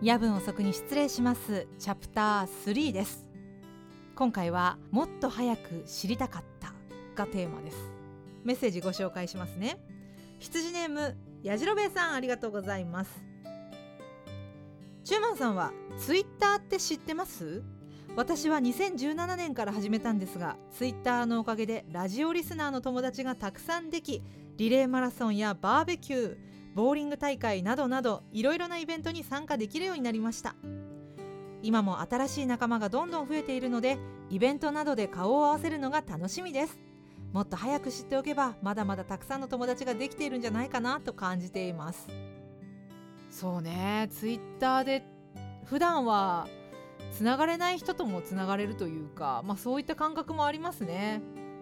夜分遅くに失礼します。チャプター3です。今回はもっと早く知りたかったがテーマです。メッセージご紹介しますね。羊ネームやじろべえさん、ありがとうございます。チューマンさんはツイッターって知ってます？私は2017年から始めたんですが、ツイッターのおかげでラジオリスナーの友達がたくさんでき、リレーマラソンやバーベキュー、ボーリング大会などなどいろいろなイベントに参加できるようになりました。今も新しい仲間がどんどん増えているので、イベントなどで顔を合わせるのが楽しみです。もっと早く知っておけばまだまだたくさんの友達ができているんじゃないかなと感じています。そうね、ツイッターで普段はつながれない人ともつながれるというか、そういった感覚もありますね。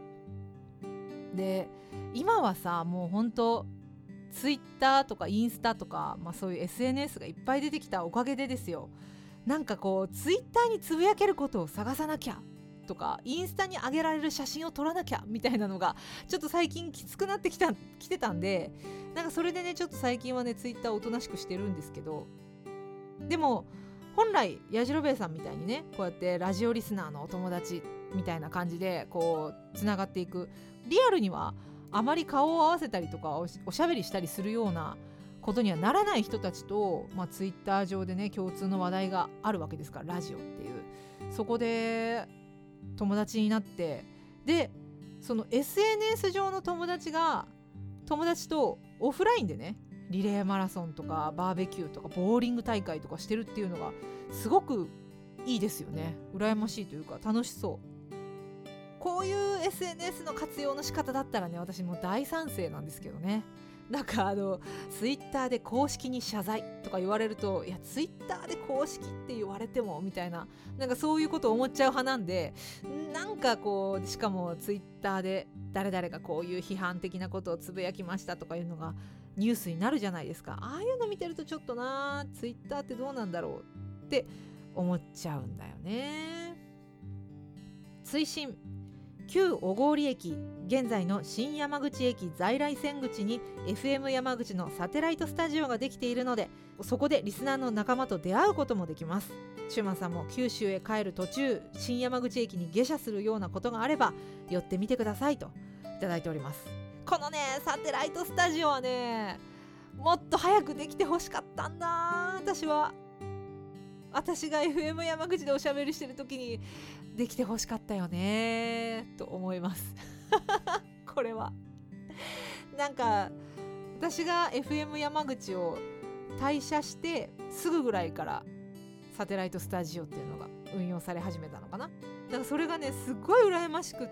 で、今はさ、もう本当ツイッターとかインスタとか、そういう SNS がいっぱい出てきたおかげでですよ、なんかこうツイッターにつぶやけることを探さなきゃとか、インスタに上げられる写真を撮らなきゃみたいなのがちょっと最近きつくなってきてたんで、なんかそれでね、ちょっと最近はねツイッターをおとなしくしてるんですけど、でも本来やじろべえさんみたいにね、こうやってラジオリスナーのお友達みたいな感じでこうつながっていく、リアルにはあまり顔を合わせたりとかおしゃべりしたりするようなことにはならない人たちと、ツイッター上でね共通の話題があるわけですから、ラジオっていう、そこで友達になって、でその SNS 上の友達とオフラインでね、リレーマラソンとかバーベキューとかボーリング大会とかしてるっていうのがすごくいいですよね。羨ましいというか楽しそう。こういう SNS の活用の仕方だったらね、私も大賛成なんですけどね。なんかツイッターで公式に謝罪とか言われると、いやツイッターで公式って言われてもみたいな、なんかそういうことを思っちゃう派なんで、なんかこうしかもツイッターで誰々がこういう批判的なことをつぶやきましたとかいうのがニュースになるじゃないですか。ああいうの見てるとちょっとな、ツイッターってどうなんだろうって思っちゃうんだよね。追伸、旧小郡駅、現在の新山口駅在来線口に FM 山口のサテライトスタジオができているので、そこでリスナーの仲間と出会うこともできます。シューマンさんも九州へ帰る途中、新山口駅に下車するようなことがあれば寄ってみてくださいといただいております。このねサテライトスタジオはね、もっと早くできてほしかったんだ。私が FM 山口でおしゃべりしてる時にできてほしかったよねと思いますこれはなんか私が FM 山口を退社してすぐぐらいからサテライトスタジオっていうのが運用され始めたのかな。だからそれがねすごい羨ましくって、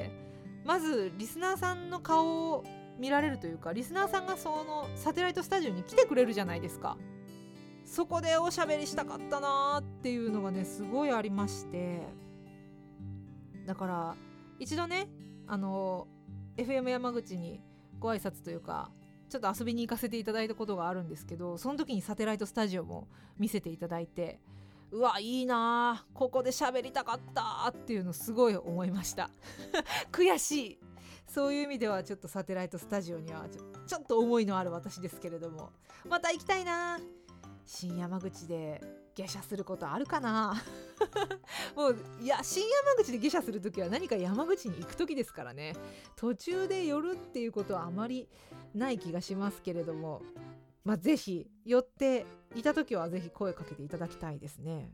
まずリスナーさんの顔を見られるというか、リスナーさんがそのサテライトスタジオに来てくれるじゃないですか。そこでおしゃべりしたかったなっていうのがねすごいありまして、だから一度ねFM 山口にご挨拶というかちょっと遊びに行かせていただいたことがあるんですけど、その時にサテライトスタジオも見せていただいて、うわいいな、ここで喋りたかったっていうのすごい思いました悔しい。そういう意味ではちょっとサテライトスタジオにはちょっと思いのある私ですけれども、また行きたいな。新山口で下車することあるかなもういや、新山口で下車するときは何か山口に行くときですからね、途中で寄るっていうことはあまりない気がしますけれども、ぜひ寄っていたときはぜひ声かけていただきたいですね。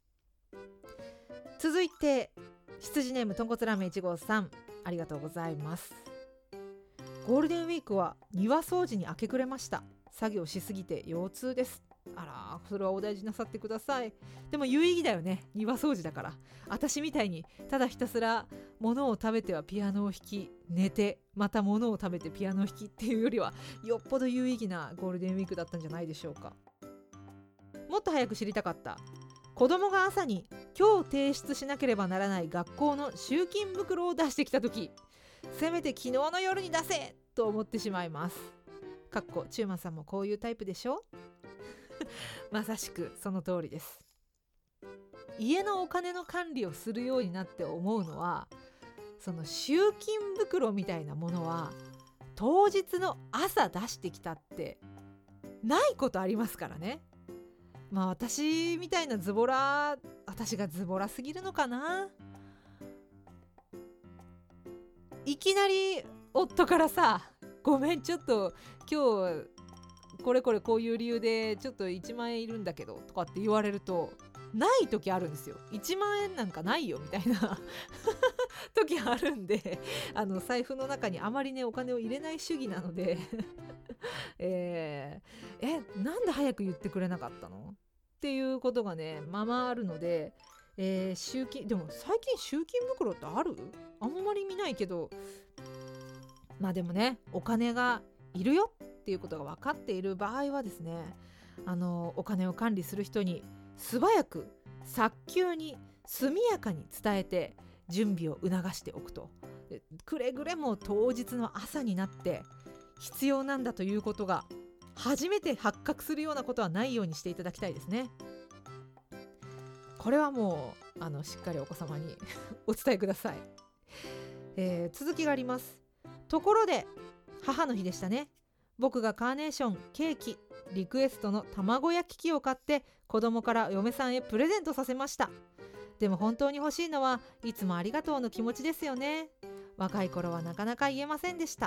続いて羊ネームとんこつラーメン1号さん、ありがとうございます。ゴールデンウィークは庭掃除に明け暮れました。作業しすぎて腰痛です。あら、それはお大事なさってください。でも有意義だよね、庭掃除だから。私みたいにただひたすら物を食べてはピアノを弾き、寝てまた物を食べてピアノを弾きっていうよりはよっぽど有意義なゴールデンウィークだったんじゃないでしょうか。もっと早く知りたかった、子供が朝に今日提出しなければならない学校の集金袋を出してきた時、せめて昨日の夜に出せと思ってしまいます。かっこチューマンさんもこういうタイプでしょまさしくその通りです。家のお金の管理をするようになって思うのは、その集金袋みたいなものは当日の朝出してきたってないことありますからね。 まあ私みたいな私がズボラすぎるのかな。いきなり夫からさ、ごめんちょっと今日これこういう理由でちょっと1万円いるんだけどとかって言われると、ない時あるんですよ。1万円なんかないよみたいな時あるんで、財布の中にあまりねお金を入れない主義なのでなんで早く言ってくれなかったのっていうことがねままあるので、集金でも最近集金袋ってある？あんまり見ないけど、まあでもねお金がいるよっていうことが分かっている場合はですね、お金を管理する人に素早く早急に速やかに伝えて準備を促しておくと、くれぐれも当日の朝になって必要なんだということが初めて発覚するようなことはないようにしていただきたいですね。これはもうしっかりお子様にお伝えください。続きがあります。ところで母の日でしたね。僕がカーネーション、ケーキ、リクエストの卵焼き器を買って子供から嫁さんへプレゼントさせました。でも本当に欲しいのはいつもありがとうの気持ちですよね。若い頃はなかなか言えませんでした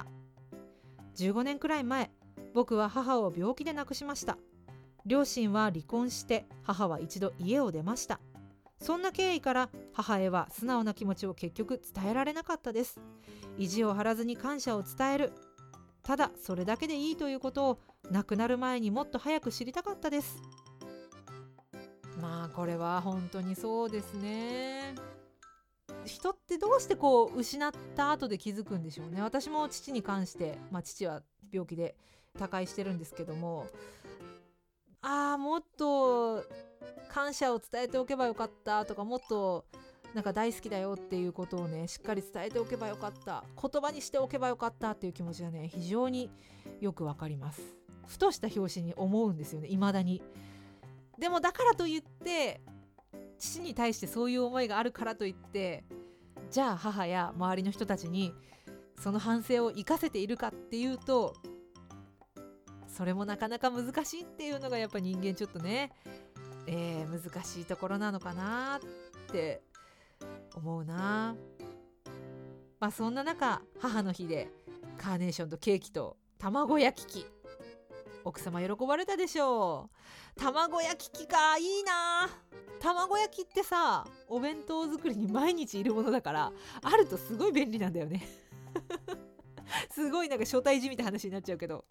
。15年くらい前、僕は母を病気で亡くしました。両親は離婚して母は一度家を出ました。そんな経緯から母へは素直な気持ちを結局伝えられなかったです。意地を張らずに感謝を伝える、ただそれだけでいいということを亡くなる前にもっと早く知りたかったです。まあこれは本当にそうですね。人ってどうしてこう失った後で気づくんでしょうね。私も父に関して、父は病気で他界してるんですけども、もっと感謝を伝えておけばよかったとか、もっとなんか大好きだよっていうことをねしっかり伝えておけばよかった、言葉にしておけばよかったっていう気持ちがね非常によくわかります。ふとした拍子に思うんですよね、未だに。でもだからといって父に対してそういう思いがあるからといって、じゃあ母や周りの人たちにその反省を生かせているかっていうと、それもなかなか難しいっていうのがやっぱ人間ちょっとね、難しいところなのかなって思うな。そんな中、母の日でカーネーションとケーキと卵焼き器、奥様喜ばれたでしょう。卵焼き器か、いいな。卵焼きってさ、お弁当作りに毎日いるものだからあるとすごい便利なんだよねすごいなんか初対じみた話になっちゃうけど、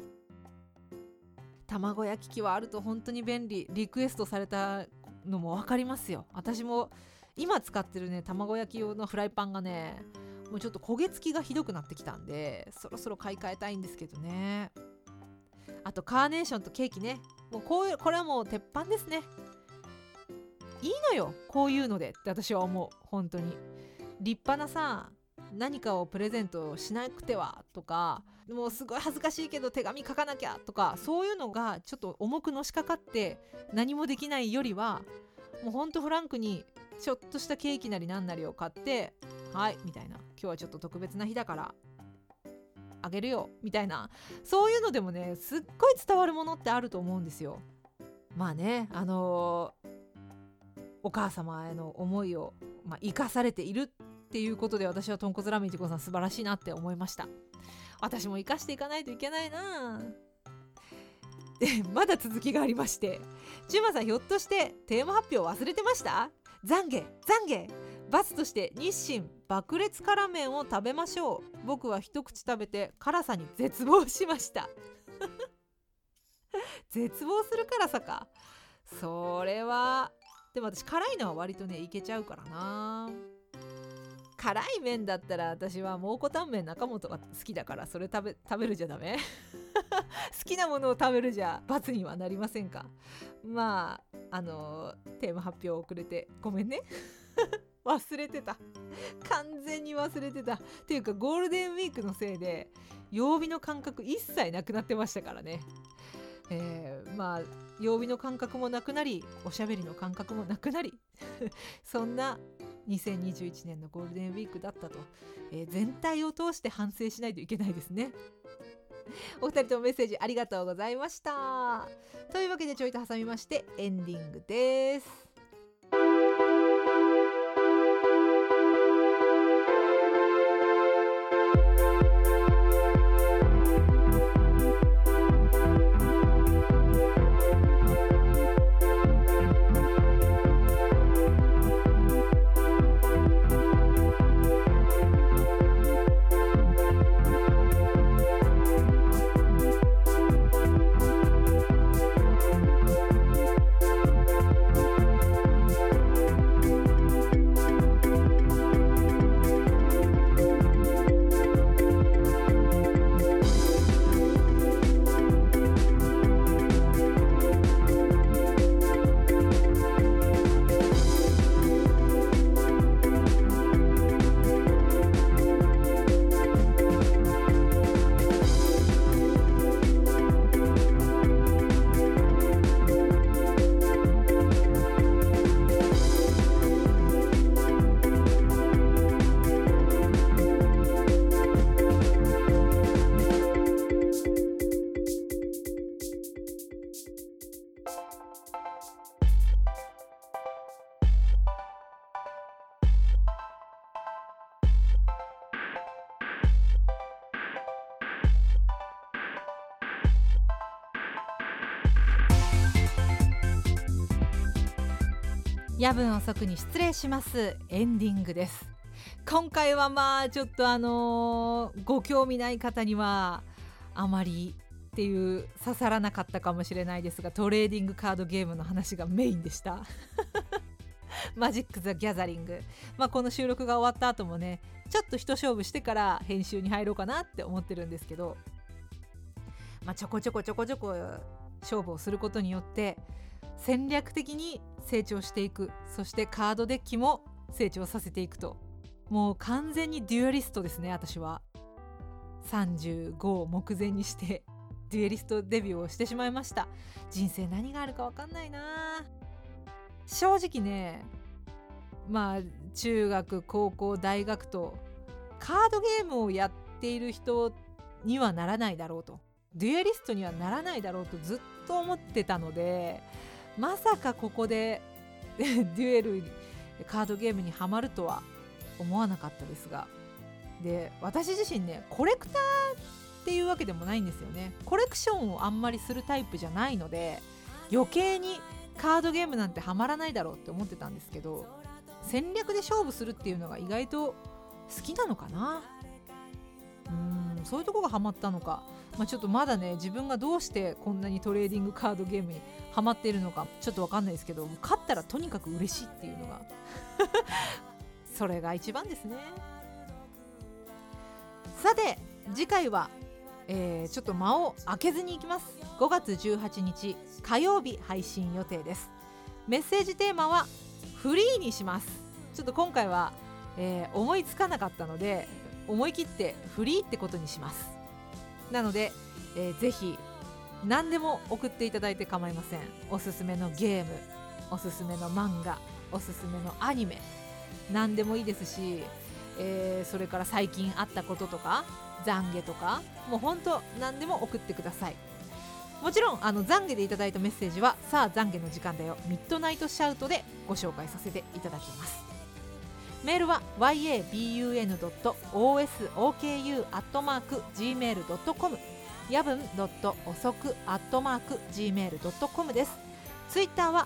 卵焼き器はあると本当に便利。リクエストされたのも分かりますよ。私も今使ってるね卵焼き用のフライパンがねもうちょっと焦げ付きがひどくなってきたんで、そろそろ買い替えたいんですけどね。あとカーネーションとケーキね、もうこれはもう鉄板ですね。いいのよこういうのでって私は思う。本当に立派なさ何かをプレゼントしなくてはとか、もうすごい恥ずかしいけど手紙書かなきゃとか、そういうのがちょっと重くのしかかって何もできないよりは、もうほんとフランクにちょっとしたケーキなりなんなりを買って、はいみたいな、今日はちょっと特別な日だからあげるよみたいな、そういうのでもねすっごい伝わるものってあると思うんですよ。まあね、お母様への思いを、生かされているっていうことで、私はとんこつラーメン一子さん素晴らしいなって思いました。私も生かしていかないといけないな。でまだ続きがありまして、チューマさんひょっとしてテーマ発表忘れてました？懺悔罰として日清爆裂辛麺を食べましょう。僕は一口食べて辛さに絶望しました絶望する辛さか。それはでも私辛いのは割とねいけちゃうからな。辛い麺だったら私は蒙古タンメン中本が好きだから、それ食べるじゃダメ好きなものを食べるじゃ罰にはなりませんか。テーマ発表遅れてごめんね忘れてた、完全に忘れてたっていうか、ゴールデンウィークのせいで曜日の感覚一切なくなってましたからね。曜日の感覚もなくなり、おしゃべりの感覚もなくなりそんな2021年のゴールデンウィークだったと、全体を通して反省しないといけないですね。 お二人ともメッセージありがとうございました。というわけでちょいと挟みましてエンディングです。夜分遅くに失礼します。エンディングです。今回はちょっとご興味ない方にはあまりっていう刺さらなかったかもしれないですが、トレーディングカードゲームの話がメインでしたマジック・ザ・ギャザリング、この収録が終わった後もね、ちょっと一勝負してから編集に入ろうかなって思ってるんですけど、ちょこちょこ勝負をすることによって戦略的に成長していく、そしてカードデッキも成長させていくと、もう完全にデュエリストですね。私は35を目前にしてデュエリストデビューをしてしまいました。人生何があるか分かんないな。正直ね、中学高校大学とカードゲームをやっている人にはならないだろうと、デュエリストにはならないだろうとずっと思ってたので、まさかここでデュエルカードゲームにはまるとは思わなかったですが、で私自身ね、コレクターっていうわけでもないんですよね。コレクションをあんまりするタイプじゃないので、余計にカードゲームなんてはまらないだろうって思ってたんですけど、戦略で勝負するっていうのが意外と好きなのかな。そういうとこがハマったのか、ちょっとまだね、自分がどうしてこんなにトレーディングカードゲームにハマっているのかちょっと分かんないですけど、勝ったらとにかく嬉しいっていうのがそれが一番ですね。さて次回は、ちょっと間を空けずに行きます。5月18日火曜日配信予定です。メッセージテーマはフリーにします。ちょっと今回は、思いつかなかったので思い切ってフリーってことにします。なので、ぜひ何でも送っていただいて構いません。おすすめのゲーム、おすすめの漫画、おすすめのアニメ、何でもいいですし、それから最近あったこととか懺悔とか、もうほんと何でも送ってください。もちろん懺悔でいただいたメッセージはさあ懺悔の時間だよミッドナイトシャウトでご紹介させていただきます。メールは yabun.osoku@gmail.com やぶん.osoku@gmail.com です。ツイッターは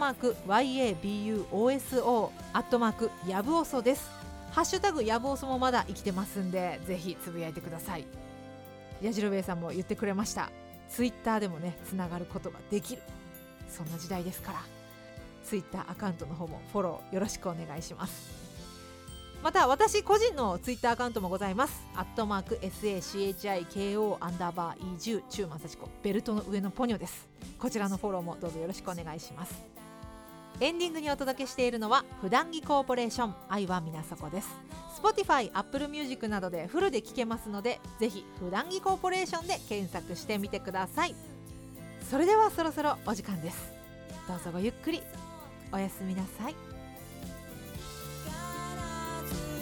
@yabuosoやぶおそです。ハッシュタグやぶおそもまだ生きてますんで、ぜひつぶやいてください。やじろべえさんも言ってくれました。ツイッターでもね、つながることができる、そんな時代ですから、ツイッターアカウントの方もフォローよろしくお願いします。また私個人のツイッターアカウントもございます。@SACHIKO_E10 中間幸子、ベルトの上のポニョです。こちらのフォローもどうぞよろしくお願いします。エンディングにお届けしているのは普段着コーポレーション、愛はみなそこです。 Spotify、Apple Music などでフルで聴けますので、ぜひ普段着コーポレーションで検索してみてください。それではそろそろお時間です。どうぞごゆっくりおやすみなさい。